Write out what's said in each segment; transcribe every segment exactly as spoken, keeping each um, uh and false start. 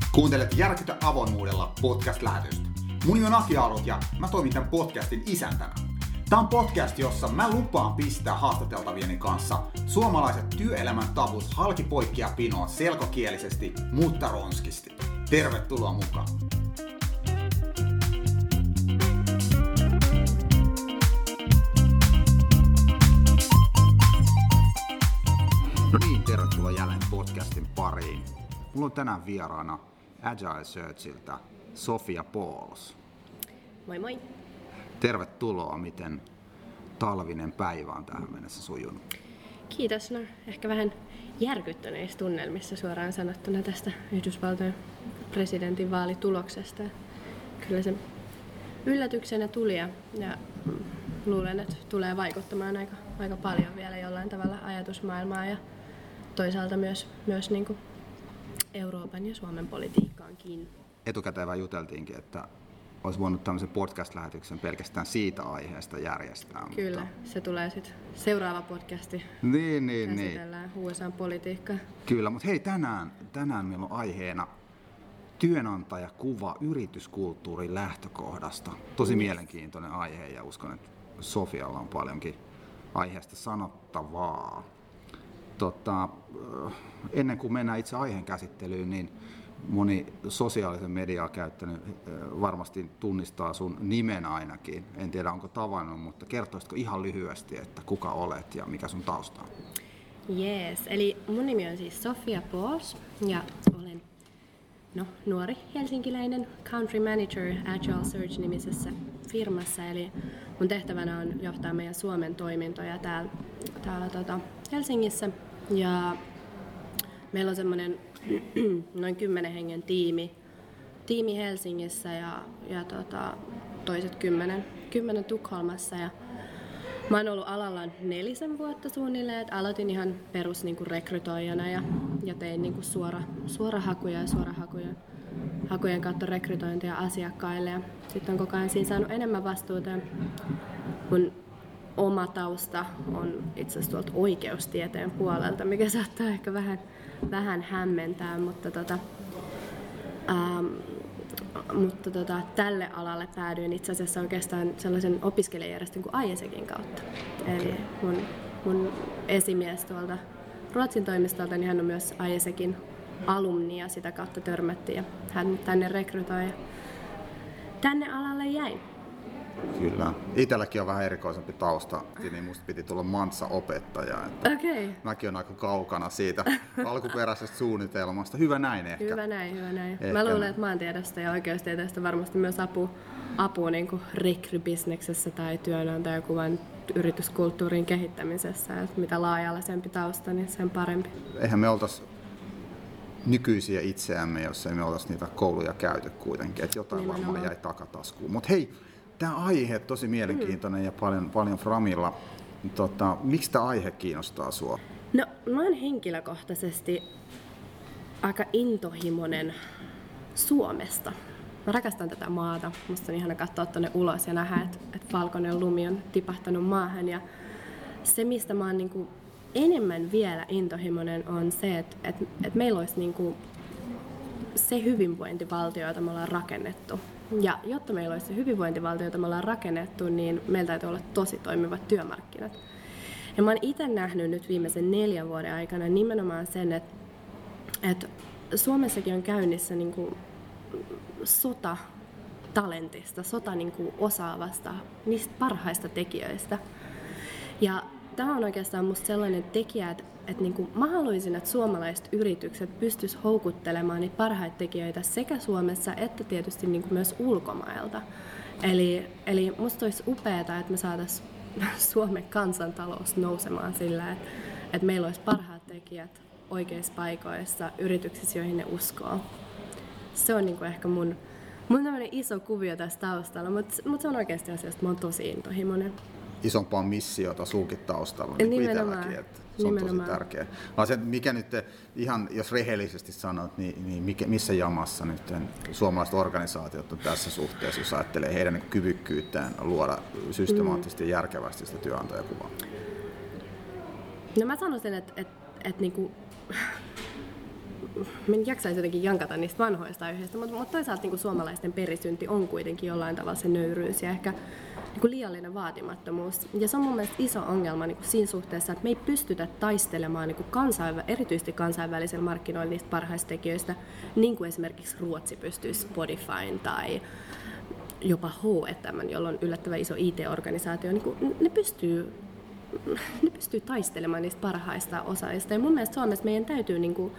Kuuntelet Järkytä avoimuudella podcast-lähetystä. Mun nimi on Aki Arut ja mä toimin tämän podcastin isäntänä. Tää on podcast, jossa mä lupaan pistää haastateltavieni kanssa suomalaiset työelämän tavut halki poikki ja pinoon selkokielisesti, mutta ronskisti. Tervetuloa mukaan! No niin, tervetuloa jälleen podcastin pariin. Mulla on tänään vieraana Agile Searchiltä Sofia Pauls. Moi moi! Tervetuloa, miten talvinen päivä on tähän mennessä sujunut? Kiitos. No, ehkä vähän järkyttyneissä tunnelmissa suoraan sanottuna tästä Yhdysvaltojen presidentin vaalituloksesta. Kyllä se yllätyksenä tuli ja, ja luulen, että tulee vaikuttamaan aika, aika paljon vielä jollain tavalla ajatusmaailmaa ja toisaalta myös, myös niin kuin Euroopan ja Suomen politiikkaankin. Etukäteen vähän juteltiinkin, että olisi voinut tämmöisen podcast-lähetyksen pelkästään siitä aiheesta järjestää. Kyllä, mutta se tulee sitten seuraava podcasti. Niin, niin, Käsitellään niin. U S A-politiikkaa. Kyllä, mutta hei, tänään, tänään meillä on aiheena työnantajakuva yrityskulttuurin lähtökohdasta. Tosi mielenkiintoinen aihe ja uskon, että Sofialla on paljonkin aiheesta sanottavaa. Tota, ennen kuin mennään itse aiheen käsittelyyn, niin moni sosiaalisen mediaa käyttänyt varmasti tunnistaa sun nimen ainakin. En tiedä, onko tavannut, mutta kertoisitko ihan lyhyesti, että kuka olet ja mikä sun tausta on? Jees, eli mun nimi on siis Sofia Pauls ja olen no, nuori helsinkiläinen country manager Agile Search-nimisessä firmassa. Eli mun tehtävänä on johtaa meidän Suomen toimintoja täällä, täällä tota Helsingissä. Ja meillä on semmoinen noin kymmenen hengen tiimi, tiimi Helsingissä ja, ja tota, toiset kymmenen, kymmenen Tukholmassa. Ja mä oon ollut alalla nelisen vuotta suunnilleen, että aloitin ihan perus niin kuin rekrytoijana ja, ja tein niin kuin suora, suorahakuja ja suorahakujen hakujen kautta rekrytointia asiakkaille. Ja sitten on koko ajan siinä saanut enemmän vastuuta. Mun oma tausta on itse asiassa tuolta oikeustieteen puolelta, mikä saattaa ehkä vähän, vähän hämmentää, mutta, tota, ähm, mutta tota, tälle alalle päädyin itse asiassa oikeastaan sellaisen opiskelijajärjestön kuin I E S E C:n kautta. Okay. Eli mun, mun esimies tuolta Ruotsin toimistolta, niin hän on myös I E S E C:n alumni ja sitä kautta törmättiin ja hän tänne rekrytoi ja tänne alalle jäin. Kyllä. Itselläkin on vähän erikoisempi tausta, niin musta piti tulla Mantsa-opettaja. Okay. Mäkin on aika kaukana siitä alkuperäisestä suunnitelmasta. Hyvä näin ehkä. Hyvä näin, hyvä näin. Ehkä Mä luulen, että maantiedosta ja oikeustieteestä varmasti myös apu, apu niin kuin rekrybisneksessä tai työnantajakuvan yrityskulttuurin kehittämisessä. Että mitä laaja-alaisempi tausta, niin sen parempi. Eihän me oltaisi nykyisiä itseämme, jos ei me oltaisi niitä kouluja käyty kuitenkin. Että jotain Nimenomaan. varmaan jäi takataskuun. Mutta hei, tämä aihe on tosi mielenkiintoinen mm. ja paljon, paljon framilla. Tota, miksi tämä aihe kiinnostaa sinua? No, mä oon henkilökohtaisesti aika intohimoinen Suomesta. Mä rakastan tätä maata. Musta on ihana katsoa tuonne ulos ja nähdä, että, että valkoinen lumi on tipahtanut maahan. Ja se, mistä mä oon niinku enemmän vielä intohimoinen, on se, että, että, että meillä olisi niinku se hyvinvointivaltio, jota me ollaan rakennettu. Ja jotta meillä olisi se hyvinvointivaltio, jota me ollaan rakennettu, niin meillä täytyy olla tosi toimivat työmarkkinat. Ja mä oon itse nähnyt nyt viimeisen neljän vuoden aikana nimenomaan sen, että, että Suomessakin on käynnissä niin kuin sota talentista, sota niin kuin osaavasta, niistä parhaista tekijöistä. Ja tämä on oikeastaan musta sellainen tekijä, että, että niin kuin mä haluaisin, että suomalaiset yritykset pystyisivät houkuttelemaan niitä parhaita tekijöitä sekä Suomessa että tietysti niin kuin myös ulkomailta. Eli, eli musta olisi upeaa, että me saataisiin Suomen kansantalous nousemaan sillä, että, että meillä olisi parhaat tekijät oikeissa paikoissa, yrityksissä, joihin ne uskoo. Se on niin kuin ehkä mun, mun iso kuvio tässä taustalla, mutta, mutta se on oikeasti asiasta, mä oon tosi intohimoinen. Isompaa missiota sulkin taustalla, niin kuin itselläkin, että se on Nimenomaan. tosi tärkeä. Vaan se, mikä nyt, ihan jos rehellisesti sanot, niin, niin mikä, missä jamassa nyt suomalaiset organisaatiot on tässä suhteessa, jos ajattelee heidän niin kyvykkyyttään luoda systemaattisesti ja järkevästi sitä mä en jaksaisi jotenkin jankata niistä vanhoista aiheista, mutta, mutta toisaalta niin kuin suomalaisten perisynti on kuitenkin jollain tavalla se nöyryys ja ehkä niin kuin liiallinen vaatimattomuus. Ja se on mun mielestä iso ongelma niin kuin siinä suhteessa, että me ei pystytä taistelemaan niin kuin kansainvä- erityisesti kansainvälisellä markkinoilla niistä parhaista tekijöistä, niin kuin esimerkiksi Ruotsi pystyy Spotifyn tai jopa H and M, jolla on yllättävän iso I T-organisaatio, niin kuin ne pystyy ne pystyy taistelemaan niistä parhaista osaajista. Ja mun mielestä Suomessa meidän täytyy, niin kuin,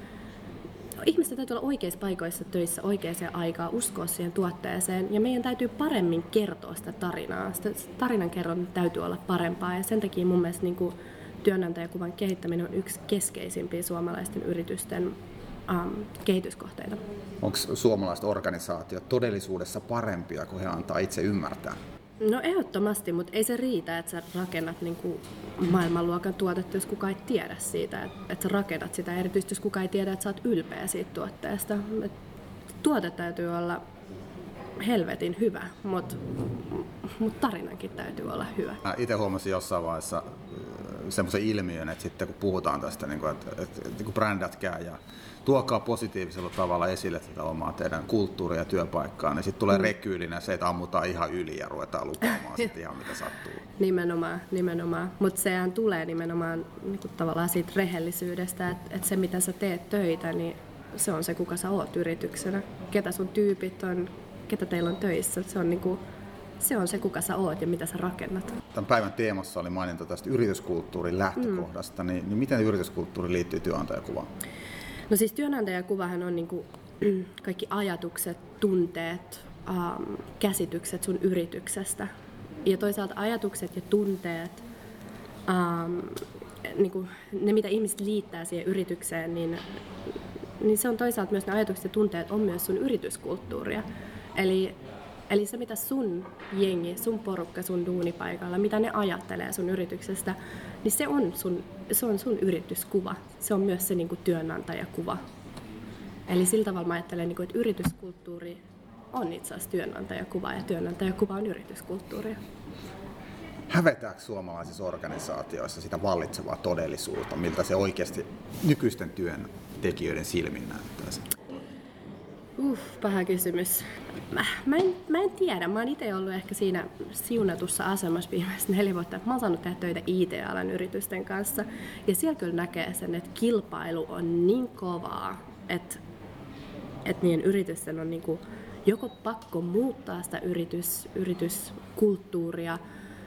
ihmisten täytyy olla oikeissa paikoissa töissä oikeaan aikaan, uskoa siihen tuotteeseen. Ja meidän täytyy paremmin kertoa sitä tarinaa. Sitä tarinan kerron täytyy olla parempaa. Ja sen takia mun mielestä niin kuin, työnantajakuvan kehittäminen on yksi keskeisimpiä suomalaisten yritysten um, kehityskohteita. Onko suomalaiset organisaatiot todellisuudessa parempia kuin he antaa itse ymmärtää? No ehdottomasti, mutta ei se riitä, että sä rakennat niin kuin maailmanluokan tuotetta, jos kukaan ei tiedä siitä, että, että sä rakennat sitä, erityisesti jos kukaan ei tiedä, että sä oot ylpeä siitä tuotteesta. Et tuote täytyy olla helvetin hyvä, mutta mut tarinankin täytyy olla hyvä. Mä itse huomasin jossain vaiheessa semmoisen ilmiön, että sitten kun puhutaan tästä, niin kuin, että, että, että kun brändätkää ja tuokaa positiivisella tavalla esille tätä omaa teidän kulttuuria ja työpaikkaa, niin sitten tulee mm. rekyylinen se, että ammutaan ihan yli ja ruvetaan lupaamaan sitten ihan mitä sattuu. Nimenomaan, nimenomaan. Mutta sehän tulee nimenomaan niin kuin tavallaan siitä rehellisyydestä, että, että se mitä sä teet töitä, niin se on se kuka sä oot yrityksenä. Ketä sun tyypit on, ketä teillä on töissä, se on, niin kuin, se on se kuka sä oot ja mitä sä rakennat. Tämän päivän teemassa oli maininta tästä yrityskulttuurin lähtökohdasta, mm. niin, niin miten yrityskulttuuri liittyy työnantajakuvaan? No siis työnantajakuvahan on niin kuin kaikki ajatukset, tunteet, ähm, käsitykset sun yrityksestä. Ja toisaalta ajatukset ja tunteet, ähm, niin kuin ne mitä ihmiset liittää siihen yritykseen, niin, niin se on toisaalta myös ne ajatukset ja tunteet on myös sun yrityskulttuuria. Eli, eli se mitä sun jengi, sun porukka sun duunipaikalla, mitä ne ajattelee sun yrityksestä, niin se on sun, se on sun yrityskuva. Se on myös se niin kuin työnantajakuva. Eli sillä tavalla mä ajattelen, että yrityskulttuuri on itse asiassa työnantajakuva ja työnantajakuva on yrityskulttuuria. Hävetääkö suomalaisissa organisaatioissa sitä vallitsevaa todellisuutta, miltä se oikeasti nykyisten työntekijöiden silmin näyttäisi? Uff, paha kysymys. Mä, mä, en, mä en tiedä. Mä oon itse ollut ehkä siinä siunatussa asemassa viimeiset neljä vuotta, että mä oon saanut tehdä töitä I T-alan yritysten kanssa. Ja siellä kyllä näkee sen, että kilpailu on niin kovaa, että, että niiden yritysten on niinku joko pakko muuttaa sitä yritys, yrityskulttuuria,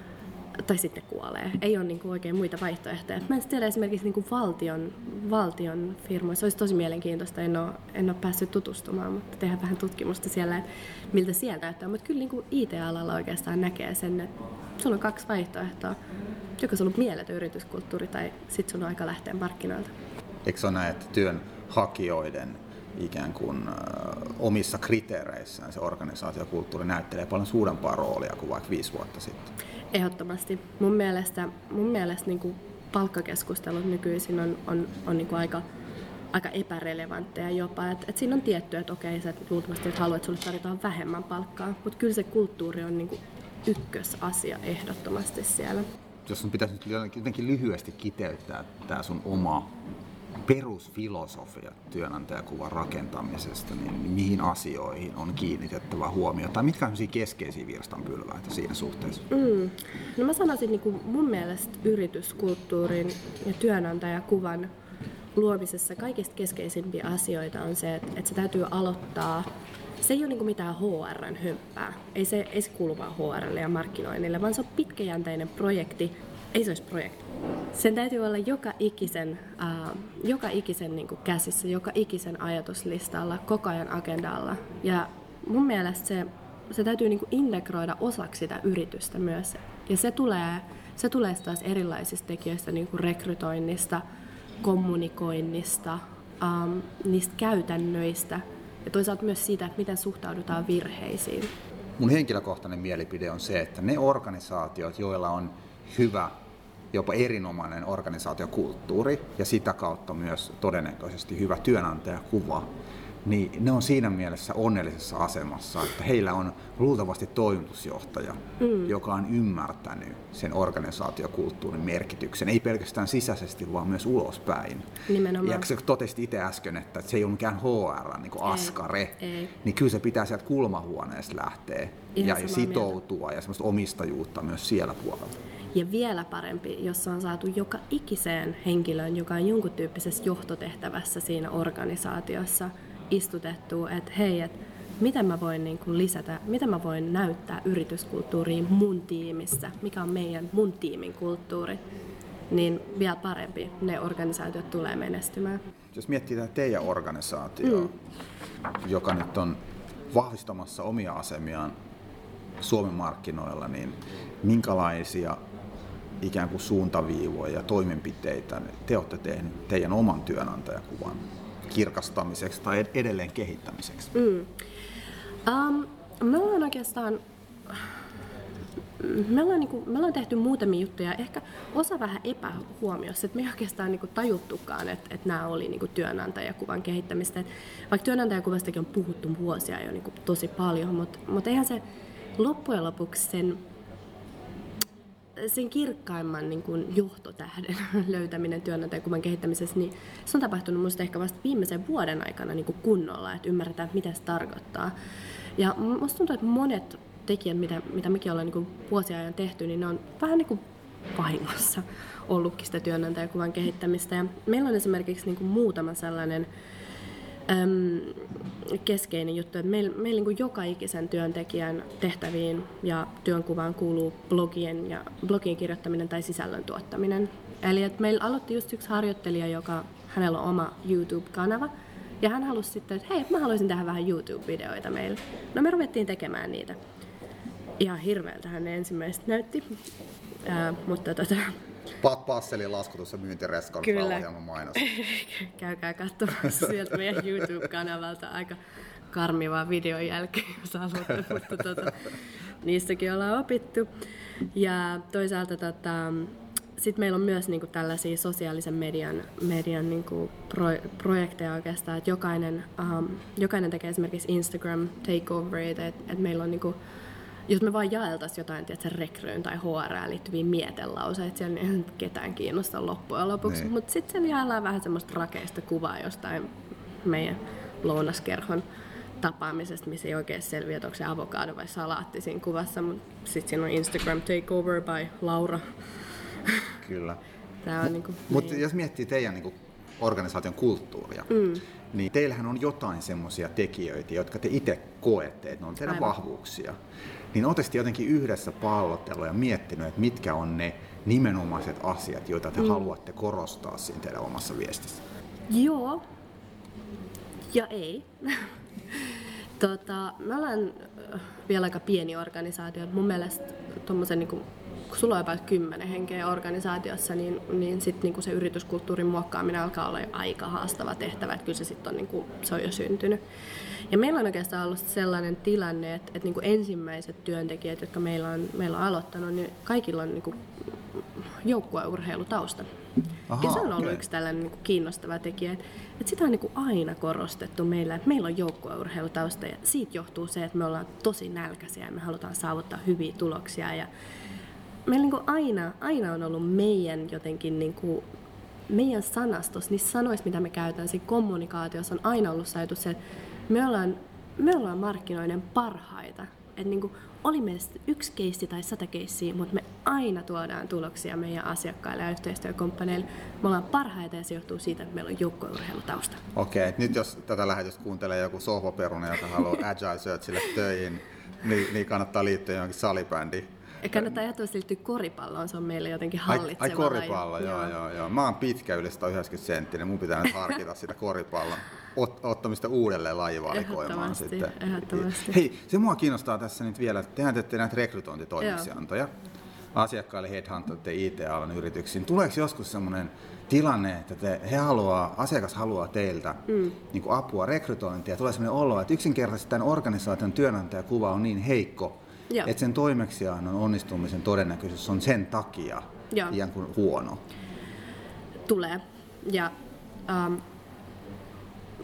tai sitten kuolee. Ei ole niin kuin oikein muita vaihtoehtoja. Mä en tiedä esimerkiksi niin kuin valtion, valtion firmoissa. Se olisi tosi mielenkiintoista. En ole, en ole päässyt tutustumaan, mutta tehdään vähän tutkimusta siellä, että miltä siellä näyttää. Mutta kyllä niin kuin I T-alalla oikeastaan näkee sen, että sulla on kaksi vaihtoehtoa. Joko sulla on mieletön yrityskulttuuri tai sitten sun on aika lähteä markkinoilta. Eikö se ole näin, että työnhakijoiden ikään kuin äh, omissa kriteereissään se organisaatiokulttuuri näyttelee paljon suurempaa roolia kuin vaikka viisi vuotta sitten? Ehdottomasti. Mun mielestä, mun mielestä niin kuin palkkakeskustelut nykyisin on, on, on niin kuin aika, aika epärelevantteja jopa. Et, et siinä on tiettyä, että okei, sä luultavasti et halua, että sulle tarjotaan vähemmän palkkaa, mutta kyllä se kulttuuri on niin kuin ykkösasia ehdottomasti siellä. Jos sun pitäisi nyt jotenkin lyhyesti kiteyttää tämä sun oma perusfilosofia työnantajakuvan rakentamisesta, niin mihin asioihin on kiinnitettävä huomio? Tai mitkä on keskeisiä virstanpylväitä siinä suhteessa? Mm. No mä sanoisin, niin kuin mun mielestä yrityskulttuurin ja työnantajakuvan luomisessa kaikista keskeisimpiä asioita on se, että, että se täytyy aloittaa. Se ei ole niin kuin mitään H R:n hömppää. Ei se, ei se kuulu vaan H R:lle ja markkinoinnille, vaan se on pitkäjänteinen projekti. Ei se olisi projekti. Sen täytyy olla joka ikisen, äh, joka ikisen niin kuin käsissä, joka ikisen ajatuslistalla, koko ajan agendalla. Ja mun mielestä se, se täytyy niin kuin integroida osaksi sitä yritystä myös. Ja se tulee, se tulee taas erilaisista tekijöistä, niin kuin rekrytoinnista, kommunikoinnista, ähm, niistä käytännöistä ja toisaalta myös siitä, että miten suhtaudutaan virheisiin. Mun henkilökohtainen mielipide on se, että ne organisaatiot, joilla on hyvä, jopa erinomainen organisaatiokulttuuri ja sitä kautta myös todennäköisesti hyvä työnantajakuva, niin ne on siinä mielessä onnellisessa asemassa, että heillä on luultavasti toimitusjohtaja, mm. joka on ymmärtänyt sen organisaatiokulttuurin merkityksen, ei pelkästään sisäisesti, vaan myös ulospäin. Nimenomaan. Ja kun totesit itse äsken, että se ei ole mikään H R, niin kuin ei, askare, ei. niin kyllä se pitää sieltä kulmahuoneesta lähteä Ihan ja sitoutua mieltä. Ja semmoista omistajuutta myös siellä puolella. Ja vielä parempi, jos on saatu joka ikiseen henkilöön, joka on jonkun tyyppisessä johtotehtävässä siinä organisaatiossa, istutettua, että hei, että miten mä voin niin kuin lisätä, miten mä voin näyttää yrityskulttuuriin mun tiimissä, mikä on meidän, mun tiimin kulttuuri, niin vielä parempi ne organisaatiot tulee menestymään. Jos miettii tätä teidän organisaatioa, mm. joka nyt on vahvistamassa omia asemiaan Suomen markkinoilla, niin minkälaisia ikään kuin suuntaviivoja ja toimenpiteitä te olette tehneet teidän oman työnantajakuvan kirkastamiseksi tai edelleen kehittämiseksi? Mm. Um, me ollaan oikeastaan me ollaan, niin kuin, me ollaan tehty muutamia juttuja, ehkä osa vähän epähuomiossa, että me ei oikeastaan niin kuin tajuttukaan, että, että nämä oli niin kuin työnantajakuvan kehittämistä. Että vaikka työnantajakuvastakin on puhuttu vuosia jo niin kuin tosi paljon, mutta, mutta eihän se loppujen lopuksi sen, sen kirkkaimman niin kuin johtotähden löytäminen työnantajakuvan kehittämisessä, niin se on tapahtunut minusta ehkä vasta viimeisen vuoden aikana niin kuin kunnolla, että ymmärretään, että mitä se tarkoittaa. Ja minusta tuntuu, että monet tekijät, mitä, mitä mekin ollaan niin kuin vuosia ajan tehty, niin ne on vähän niin kuin vahingossa ollutkin sitä työnantajakuvan kehittämistä. Ja meillä on esimerkiksi niin kuin muutama sellainen äm, keskeinen juttu, että meillä, meillä niin kuin joka ikisen työntekijän tehtäviin ja työnkuvaan kuuluu blogien, ja, blogien kirjoittaminen tai sisällön tuottaminen. Eli että meillä aloitti just yksi harjoittelija, joka hänellä on oma YouTube-kanava, ja hän halusi sitten, että hei, mä haluaisin tehdä vähän YouTube-videoita meille. No me ruvettiin tekemään niitä. Ihan hirveältähän ne ensimmäiset näytti, Ää, mutta tota... Pat Passelin laskutus- ja myyntireskon-ohjelman mainos. Käykää katsomassa sieltä meidän YouTube-kanavalta aika karmivaa videon jälkeen, jos haluatte, mutta tota, niistäkin ollaan opittu. Ja toisaalta tota, sitten meillä on myös niinku tällaisia sosiaalisen median, median niinku pro, projekteja oikeastaan, että jokainen, um, jokainen tekee esimerkiksi Instagram takeovereita, että et meillä on niinku, jos me vaan jaeltaisiin jotain tiedätkö, rekryyn tai H R:ään liittyviä mietelauseita, siellä ei ketään kiinnosta loppujen lopuksi, niin. Mutta sitten siellä jaellaan vähän semmoista rakeista kuvaa jostain meidän lounaskerhon tapaamisesta, missä ei oikein selviä, että onko se avokado vai salaatti siinä kuvassa, mutta sitten siinä on Instagram takeover by Laura. Kyllä. Niinku, mutta jos miettii teidän niinku organisaation kulttuuria, mm. niin teillähän on jotain semmoisia tekijöitä, jotka te itse koette, että ne on teidän Aivan. vahvuuksia. Niin ootte jotenkin yhdessä pallotellut ja miettinyt, että mitkä on ne nimenomaiset asiat, joita te mm. haluatte korostaa siinä teidän omassa viestissä? Joo ja ei. tota, me ollaan vielä aika pieni organisaatio. Mun mielestä tommosen, niin kun, kun sulla on about kymmenen henkeä organisaatiossa, niin, niin sit, niin se yrityskulttuurin muokkaaminen alkaa olla jo aika haastava tehtävä. Että kyllä se, sit on, niin kun, se on jo syntynyt. Ja meillä on oikeastaan ollut sellainen tilanne, että, että niin kuin ensimmäiset työntekijät, jotka meillä on, meillä on aloittanut, niin kaikilla on niin kuin joukkueurheilutausta. Aha, ja se on ollut okay. yksi tällainen niin kuin kiinnostava tekijä. Että, että sitä on niin kuin aina korostettu meillä, että meillä on joukkueurheilutausta ja siitä johtuu se, että me ollaan tosi nälkäisiä ja me halutaan saavuttaa hyviä tuloksia. Ja meillä niin kuin aina, aina on ollut meidän jotenkin niin kuin meidän sanastos, niissä sanoissa, mitä me käytetään, siinä kommunikaatiossa on aina ollut saatu se, että me ollaan, me ollaan markkinoiden parhaita. Et niinku, oli meistä yksi keissi tai sata keissiä, mutta me aina tuodaan tuloksia meidän asiakkaille ja yhteistyökumppaneille. Me ollaan parhaita ja se johtuu siitä, että meillä on joukkueurheilutausta. Okei, nyt jos tätä lähetystä kuuntelee joku sohvaperunen, joka haluaa Agile Searchille töihin, niin, niin kannattaa liittyä johonkin salibändiin. Ja kannattaa ajatella liittyä koripalloon, se on meille jotenkin hallitseva. Ai, ai koripallo, joo, joo, joo, joo. Mä oon pitkä, yli sata yhdeksänkymmentä senttinen, mun pitää nyt harkita sitä koripallon ot- ottamista uudelleen lajivalikoimaan sitten. Ehdottomasti. Hei, se mua kiinnostaa tässä nyt vielä, että tehän teette näitä rekrytointitoimiksiantoja. Asiakkaille headhuntatte I T-alan yrityksiin. Tuleeko joskus semmoinen tilanne, että te, he haluaa, asiakas haluaa teiltä mm. niin kuin apua rekrytointia, tulee semmoinen olo, että yksinkertaisesti tämän organisaation työnantajakuva on niin heikko, Joo. että sen toimeksiannon onnistumisen todennäköisyys on sen takia ikään kuin huono. Tulee. Ja, um,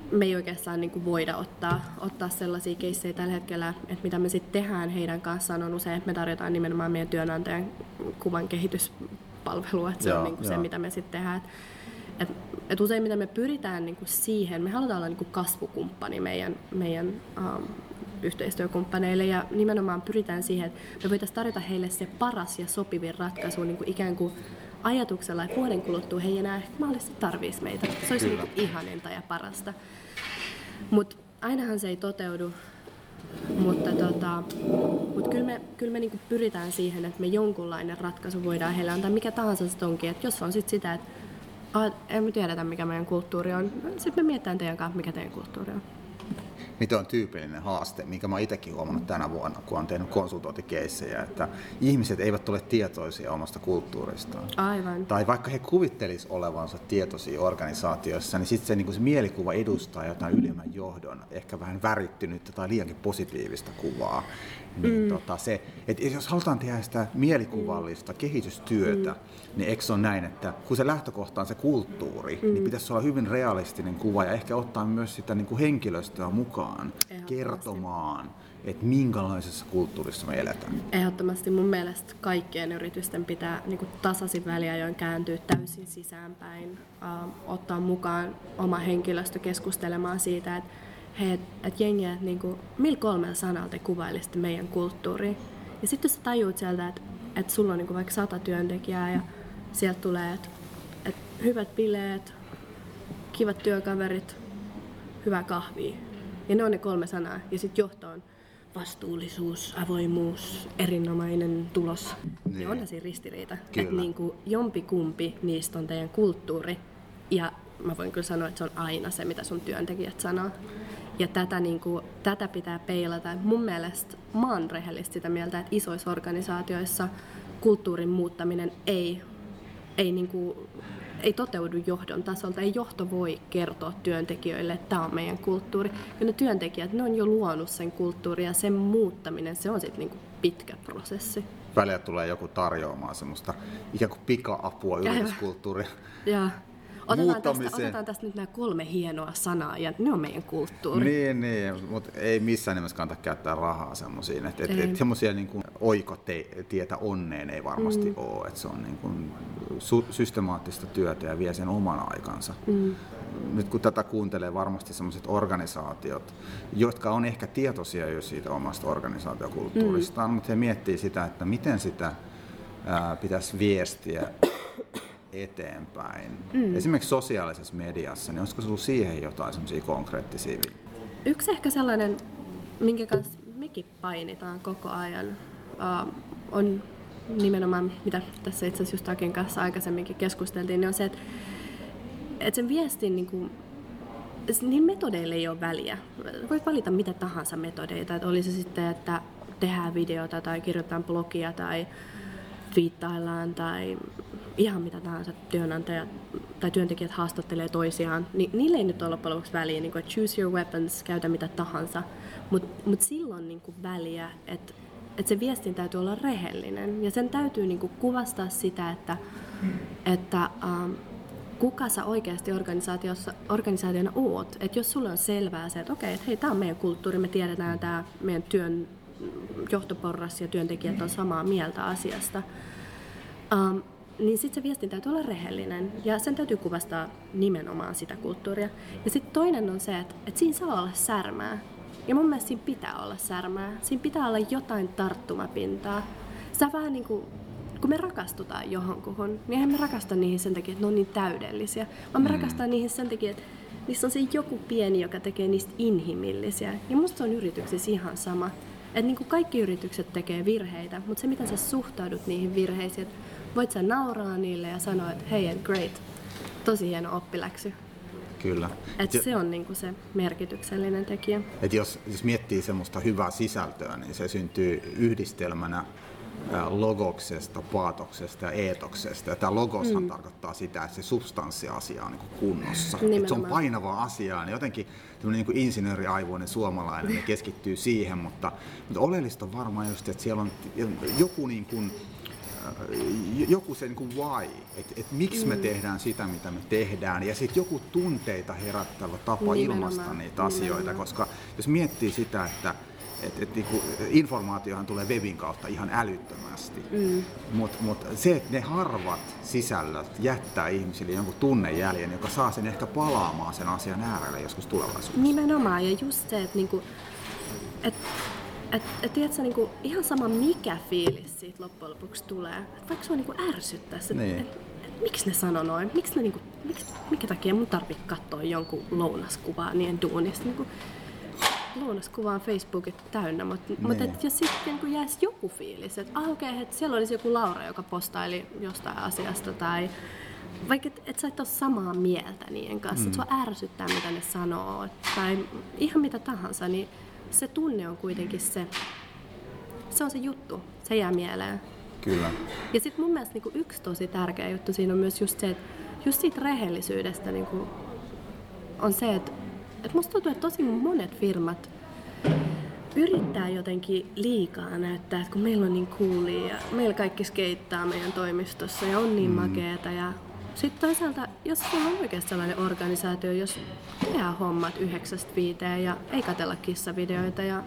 me ei oikeastaan niin kuin voida ottaa, ottaa sellaisia keissejä tällä hetkellä, että mitä me sitten tehdään heidän kanssaan on usein, että me tarjotaan nimenomaan meidän työnantajan kuvan kehityspalvelua, että se Joo, on niin kuin se, mitä me sitten tehdään. Et, et usein mitä me pyritään niin kuin siihen, me halutaan olla niin kuin kasvukumppani meidän, meidän um, yhteistyökumppaneille ja nimenomaan pyritään siihen, että me voitaisiin tarjota heille se paras ja sopivin ratkaisu niin kuin ikään kuin ajatuksella, että vuoden kuluttua he ei enää ehkä mahdollisesti tarvitsisi meitä. Se olisi niin kuin ihaninta ja parasta. Mutta ainahan se ei toteudu, mutta tota, mut kyllä me, kyllä me niinku pyritään siihen, että me jonkunlainen ratkaisu voidaan heille antaa, mikä tahansa se onkin. Et jos on sit sitä, että en me tiedetä mikä meidän kulttuuri on, sitten me mietitään teidän kanssa, mikä teidän kulttuuri on. Mitä on tyypillinen haaste, minkä mä itsekin huomannut tänä vuonna, kun olen tehnyt konsultointikeissejä, että ihmiset eivät ole tietoisia omasta kulttuuristaan. Aivan. Tai vaikka he kuvittelisivat olevansa tietoisia organisaatioissa, niin sitten se, niin se mielikuva edustaa jotain ylemmän johdon, ehkä vähän värittynyttä tai liiankin positiivista kuvaa. Niin mm. tota se, että jos halutaan tehdä sitä mielikuvallista mm. kehitystyötä, mm. niin eikö se ole näin, että kun se lähtökohta on se kulttuuri, mm. niin pitäisi olla hyvin realistinen kuva ja ehkä ottaa myös sitä niin kuin henkilöstöä mukaan kertomaan, että minkälaisessa kulttuurissa me eletään. Ehdottomasti mun mielestä kaikkien yritysten pitää niin kuin tasaisin väliajoin kääntyä täysin sisäänpäin, uh, ottaa mukaan oma henkilöstö keskustelemaan siitä, että hei, et, et jengiä, että niinku, millä kolmella sanalla te kuvailisitte meidän kulttuuria. Ja sitten jos sä tajuut sieltä, että et sulla on niinku vaikka sata työntekijää ja sieltä tulee, että et hyvät bileet, kivat työkaverit, hyvä kahvia. Ja ne on ne kolme sanaa. Ja sitten johto on vastuullisuus, avoimuus, erinomainen tulos. Niin. Ja on siinä ristiriita. Että niinku, jompikumpi niistä on teidän kulttuuri. Ja mä voin kyllä sanoa, että se on aina se, mitä sun työntekijät sanoo. Ja tätä, niin kuin, tätä pitää peilata. Mun mielestä mä oon rehellisesti sitä mieltä, että isoissa organisaatioissa kulttuurin muuttaminen ei, ei, niin kuin, ei toteudu johdon tasolta. Ei johto voi kertoa työntekijöille, että tämä on meidän kulttuuri. Ja ne työntekijät, ne on jo luonut sen kulttuurin ja sen muuttaminen, se on sitten niin kuin pitkä prosessi. Välillä tulee joku tarjoamaan semmoista ikään kuin pika-apua yrityskulttuuria. Joo. Otetaan tästä, otetaan tästä nyt nämä kolme hienoa sanaa ja ne on meidän kulttuuri. Niin, niin, mutta ei missään nimessä kannata käyttää rahaa semmoisiin. Että et, et semmoisia niin kuin oikotietä onneen ei varmasti mm. ole. Että se on niin kuin su- systemaattista työtä ja vie sen oman aikansa. Mm. Nyt kun tätä kuuntelee varmasti sellaiset organisaatiot, jotka on ehkä tietoisia jo siitä omasta organisaatiokulttuuristaan, mm. mutta he miettii sitä, että miten sitä ää, pitäisi viestiä eteenpäin. Mm. Esimerkiksi sosiaalisessa mediassa, niin olisiko sinulla siihen jotain semmoisia konkreettisia? Yksi ehkä sellainen, minkä kanssa mekin painitaan koko ajan, uh, on nimenomaan, mitä tässä itse asiassa just Akin kanssa aikaisemminkin keskusteltiin, niin on se, että, että sen viestin niin kuin, niin metodeille ei ole väliä. Voit valita mitä tahansa metodeita, että oli se sitten, että tehdään videota tai kirjoitetaan blogia tai twiittaillaan tai ihan mitä tahansa työnantajat tai työntekijät haastattelee toisiaan, niin niille ei nyt ole loppujen lopuksi väliä, niin kuin, että choose your weapons, käytä mitä tahansa, mutta mut silloin niin kuin väliä, että et se viestin täytyy olla rehellinen ja sen täytyy niin kuin kuvastaa sitä, että, että ähm, kuka sä oikeasti organisaatiossa, organisaationa oot, että jos sulle on selvää se, että okei, että hei, tämä on meidän kulttuuri, me tiedetään tämä meidän työn johtoporras ja työntekijät on samaa mieltä asiasta, um, niin sitten se viestin täytyy olla rehellinen ja sen täytyy kuvastaa nimenomaan sitä kulttuuria. Ja sitten toinen on se, että, että siinä saa olla särmää. Ja mun mielestä siinä pitää olla särmää. Siinä pitää olla jotain tarttumapintaa. Sä vähän niin kuin, kun me rakastutaan johonkuhun, niin eihän me rakasta niihin sen takia, että ne on niin täydellisiä. Vaan me mm. rakastaa niihin sen takia, että niissä on se joku pieni, joka tekee niistä inhimillisiä. Ja musta se on yrityksissä ihan sama. Että niin kuin kaikki yritykset tekee virheitä, mutta se miten sä suhtaudut niihin virheisiin, että voit sä nauraa niille ja sanoa, että hei, great, tosi hieno oppiläksy. Kyllä. Että se on niin kuin se merkityksellinen tekijä. Et jos, jos miettii semmoista hyvää sisältöä, niin se syntyy yhdistelmänä logoksesta, paatoksesta ja eetoksesta. Ja tämä logoshan mm. tarkoittaa sitä, että se substanssiasia on niin kuin kunnossa. Että se on painavaa asiaa. Niin jotenkin niin kuin insinööriaivoinen suomalainen niin keskittyy siihen, mutta, mutta oleellista on varmaan just, että siellä on joku niin kuin, joku se niin kuin why, että et miksi mm. me tehdään sitä, mitä me tehdään, ja sitten joku tunteita herättävä tapa nimenomaan ilmaista niitä asioita, nimenomaan. Koska jos miettii sitä, että et, et, niin kuin, informaatiohan tulee webin kautta ihan älyttömästi, mm. mutta mut se, että ne harvat sisällöt jättää ihmisille jonkun tunnejäljen, joka saa sen ehkä palaamaan sen asian äärelle joskus tulevaisuudessa. Nimenomaan, ja just se, että niinku, et, et, et, tiedätkö, niinku, ihan sama mikä fiilis siitä loppujen lopuksi tulee, et vaikka se on niinku ärsyttäisi, niin. et, et, miksi ne sanoo noin, miksi ne, niinku, miksi, minkä takia mun tarvitsee katsoa jonkun lounaskuvaa niiden duunista. Niinku, lounaskuva on Facebookit täynnä, mutta mut jos sitten niin jäisi joku fiilis, että ah, okay, et siellä olisi joku Laura, joka postaili jostain asiasta, tai vaikka et, et sä et ole samaa mieltä niiden kanssa, mm. että sua ärsyttää mitä ne sanoo, tai ihan mitä tahansa, niin se tunne on kuitenkin se, se on se juttu, se jää mieleen. Kyllä. Ja sitten mun mielestä niin yksi tosi tärkeä juttu siinä on myös just se, että just siitä rehellisyydestä niin on se, että Et musta tuntuu, että tosi monet firmat yrittää jotenkin liikaa näyttää, että kun meillä on niin coolia ja meillä kaikki skeittaa meidän toimistossa ja on niin mm. makeeta. Ja sitten toisaalta, jos sulla on oikeasti sellainen organisaatio, jos tehdään hommat yhdeksästä viiteen ja ei katsella kissavideoita ja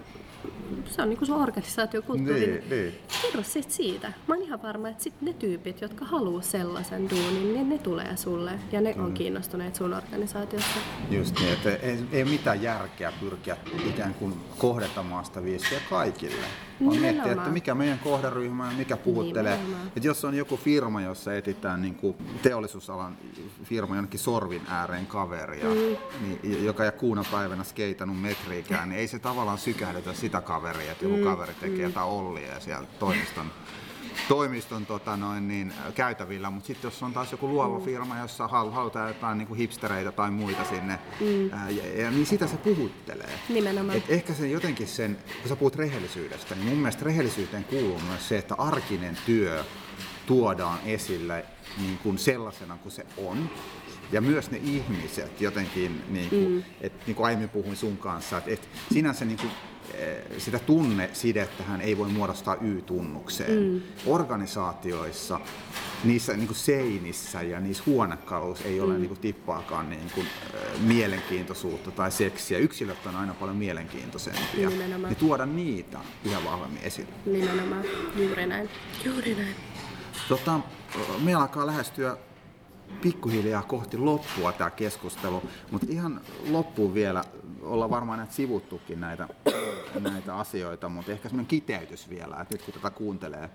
se on niin kuin sun organisaatiokulttuuri, niin, niin kerro sit siitä. Mä oon ihan varma, että sit ne tyypit, jotka haluaa sellaisen duunin, niin ne tulee sulle ja ne mm. on kiinnostuneet sun organisaatiosta. Just niin, että ei, ei mitään järkeä pyrkiä ikään kuin kohdentamaan sitä viestiä kaikille. Vaan miettiä, että mikä meidän kohderyhmä on, mikä puhuttelee. Että jos on joku firma, jossa etsitään niin kuin teollisuusalan firma jonnekin sorvin ääreen kaveria, mm. niin, joka ei kuuna päivänä skeitannut metriikään, niin ei se tavallaan sykähdetä sitä kaveria, että joku mm. kaveri tekee mm. jotain ollia siellä toimiston, toimiston tota noin, niin, käytävillä. Mutta sitten jos on taas joku luova mm. firma, jossa halutaan jotain niin kuin hipstereitä tai muita sinne, mm. ää, ja, ja, niin sitä se puhuttelee. Nimenomaan. Et ehkä sen jotenkin sen, kun sä puhut rehellisyydestä, niin mun mielestä rehellisyyteen kuuluu myös se, että arkinen työ tuodaan esille niin kuin sellaisena kuin se on. Ja myös ne ihmiset jotenkin, niin kuin, mm. että niin kuin aiemmin puhuin sun kanssa, että, että sinänsä niin kuin, sitä tunnesidettähän ei voi muodostaa Y-tunnukseen. Mm. Organisaatioissa, niissä niin kuin seinissä ja niissä huonekaluissa ei ole mm. niin kuin tippaakaan niin kuin, äh, mielenkiintoisuutta tai seksiä. Yksilöt on aina paljon mielenkiintoisempia. Niin tuoda niitä yhä vahvemmin esille. Nimenomaan. Juuri näin. Juuri näin. Tota, meillä alkaa lähestyä pikkuhiljaa kohti loppua tämä keskustelu, mutta ihan loppuun vielä, ollaan varmaan näitä sivuttukin näitä, näitä asioita, mutta ehkä semmoinen kiteytys vielä, että nyt kun tätä kuuntelee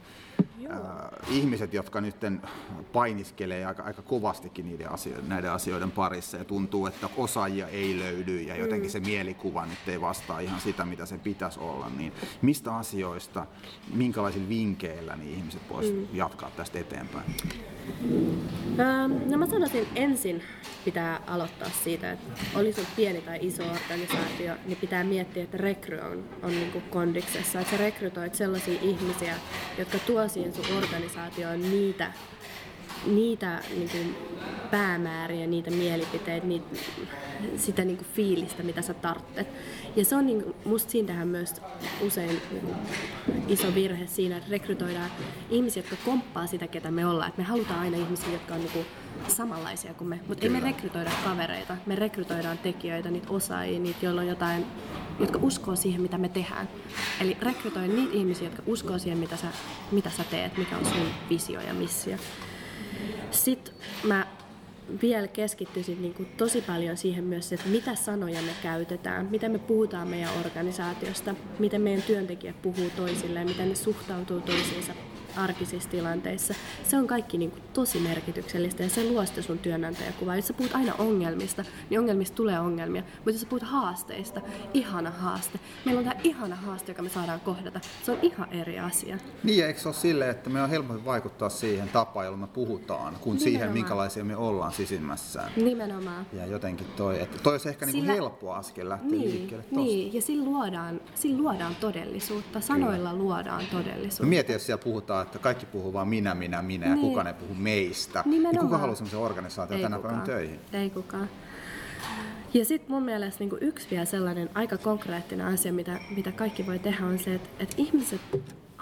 ää, ihmiset, jotka nyt painiskelee aika, aika kovastikin niiden asioiden, näiden asioiden parissa ja tuntuu, että osaajia ei löydy ja jotenkin se mielikuva nyt ei vastaa ihan sitä, mitä sen pitäisi olla, niin mistä asioista, minkälaisilla vinkkeillä niin ihmiset voisivat mm. jatkaa tästä eteenpäin? No mä sanoisin, ensin pitää aloittaa siitä, että oli sun pieni tai iso organisaatio, niin pitää miettiä, että rekry on, on niin kuin kondiksessa, että sä rekrytoit sellaisia ihmisiä, jotka tuo siihen sun organisaatioon niitä, niitä niin kuin päämääriä, niitä mielipiteitä, niitä, sitä niin kuin fiilistä, mitä sä tarvitset. Ja se on niin kuin, musta siinähän myös usein niin kuin iso virhe siinä, että rekrytoidaan ihmisiä, jotka komppaa sitä, ketä me ollaan. Et me halutaan aina ihmisiä, jotka on niin kuin samanlaisia kuin me, mutta ei me rekrytoida kavereita. Me rekrytoidaan tekijöitä, niitä osaajia, niitä, joilla on jotain, jotka uskoo siihen, mitä me tehdään. Eli rekrytoi niitä ihmisiä, jotka uskoo siihen, mitä sä, mitä sä teet, mikä on sun visio ja missio. Sitten mä vielä keskittyisin niin kuin tosi paljon siihen myös, että mitä sanoja me käytetään, miten me puhutaan meidän organisaatiosta, miten meidän työntekijät puhuu toisilleen, miten ne suhtautuu toisiinsa arkisissa tilanteissa. Se on kaikki niin kuin tosi merkityksellistä ja se luo sitä sun työnantajakuvaa. Jos sä puhut aina ongelmista, niin ongelmista tulee ongelmia. Mutta jos sä puhut haasteista, ihana haaste. Meillä on tää ihana haaste, joka me saadaan kohdata. Se on ihan eri asia. Niin ja eikö se ole silleen, että me on helpompi vaikuttaa siihen tapaan, jolla me puhutaan, kuin Nimenomaan. Siihen, minkälaisia me ollaan sisimmässään. Nimenomaan. Ja jotenkin toi, että toi olisi ehkä Sillä... niin helppo askel lähteä niin, liikkeelle tosta. Niin, ja sillä luodaan, sillä luodaan todellisuutta. Sanoilla Kyllä. luodaan todellisuutta. No mieti, jos siellä puhutaan, että kaikki puhuu vaan minä, minä, minä ja niin. kukaan ei puhu meistä. Niin kuka haluaa sellaisen organisaation tänä päivänä töihin? Ei kukaan. Ja sitten mun mielestä niin yksi vielä sellainen aika konkreettinen asia, mitä, mitä kaikki voi tehdä, on se, että, että ihmiset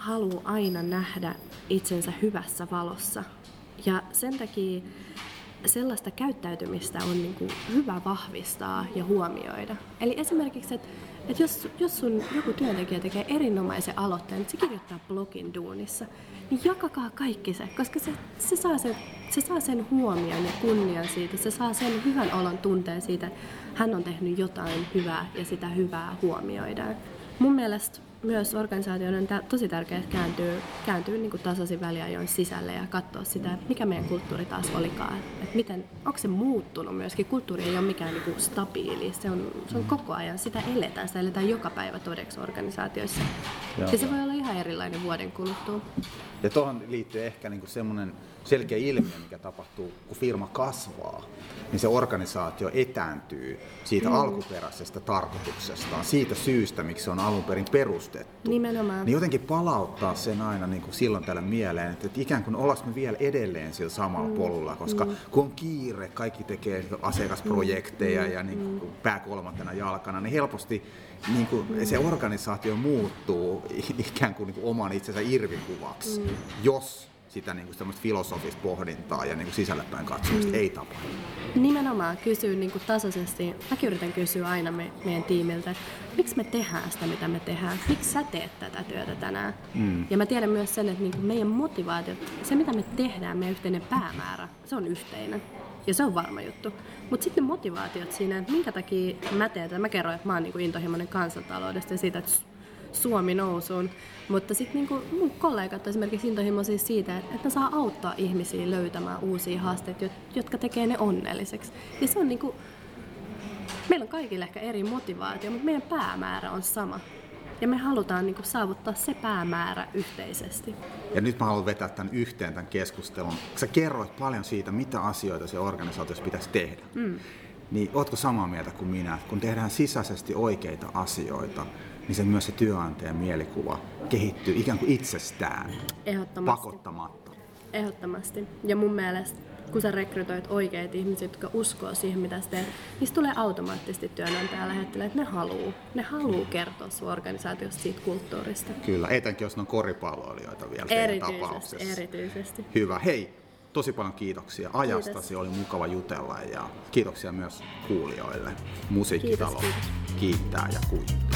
haluaa aina nähdä itsensä hyvässä valossa. Ja sen takia sellaista käyttäytymistä on niin kuin hyvä vahvistaa ja huomioida. Eli esimerkiksi, että että jos, jos sun joku työntekijä tekee erinomaisen aloitteen, että se kirjoittaa blogin duunissa, niin jakakaa kaikki se, koska se, se, saa sen, se saa sen huomion ja kunnian siitä, se saa sen hyvän olon tunteen siitä, että hän on tehnyt jotain hyvää ja sitä hyvää huomioidaan. Mun mielestä myös organisaatioiden on tosi tärkeää kääntyä, kääntyä niin kuin tasaisin väliajoin sisälle ja katsoa sitä, mikä meidän kulttuuri taas olikaan. Että miten, onko se muuttunut myöskin? Kulttuuri ei ole mikään niin kuin stabiili, se on, se on koko ajan, sitä eletään, sitä eletään joka päivä todeksi organisaatioissa. Joo. Ja se voi olla ihan erilainen vuoden kuluttua. Ja tuohon liittyy ehkä niinku semmoinen selkeä ilmiö, mikä tapahtuu, kun firma kasvaa, niin se organisaatio etääntyy siitä mm. alkuperäisestä tarkoituksestaan, siitä syystä, miksi se on alun perin perustettu. Nimenomaan. Niin jotenkin palauttaa sen aina niin kuin silloin tällä mieleen, että ikään kuin ollaanko me vielä edelleen sillä samalla mm. polulla, koska mm. kun on kiire, kaikki tekee asiakasprojekteja mm. ja niin kuin pää kolmantena jalkana, niin helposti niin kuin mm. se organisaatio muuttuu ikään kuin, niin kuin oman itsensä irvikuvaksi, mm. jos sitä niin kuin filosofista pohdintaa ja niin kuin sisällepäin katsomista mm. ei tapahdu. Nimenomaan kysyy niin kuin tasaisesti, mäkin yritän kysyä aina me, meidän tiimiltä, että miksi me tehdään sitä, mitä me tehdään, miksi sä teet tätä työtä tänään. Mm. Ja mä tiedän myös sen, että niin kuin meidän motivaatiot, se mitä me tehdään, meidän yhteinen päämäärä, se on yhteinen. Ja se on varma juttu. Mutta sitten ne motivaatiot siinä, että minkä takia mä teen tätä, mä kerroin, että mä oon niin kuin intohimoinen kansantaloudesta ja siitä, että Suomi nousuun. Mutta sitten niinku mun kollegat esimerkiksi intohimoisia siitä, että ne saa auttaa ihmisiä löytämään uusia haasteita, jotka tekee ne onnelliseksi. Ja se on niinku, meillä on kaikille ehkä eri motivaatio, mutta meidän päämäärä on sama. Ja me halutaan niinku saavuttaa se päämäärä yhteisesti. Ja nyt mä haluan vetää tämän yhteen tämän keskustelun. Sä kerroit paljon siitä, mitä asioita se organisaatiossa pitäisi tehdä. Mm. Niin ootko samaa mieltä kuin minä, että kun tehdään sisäisesti oikeita asioita, niin se myös se työnantajan mielikuva kehittyy ikään kuin itsestään, pakottamatta. Ehdottomasti. Ja mun mielestä, kun sä rekrytoit oikeat ihmiset, jotka uskoo siihen, mitä sä teet, niin se tulee automaattisesti työnantaja lähettelee, että ne haluu. Ne haluu kertoa sun organisaatiosta siitä kulttuurista. Kyllä, etenkin jos ne on koripalloilijoita vielä teidän tapauksessa. Erityisesti. Hyvä. Hei, tosi paljon kiitoksia ajastasi, Kiitos. Oli mukava jutella ja kiitoksia myös kuulijoille. Musiikkitalo kiitos, kiitos. Kiittää ja kuittaa.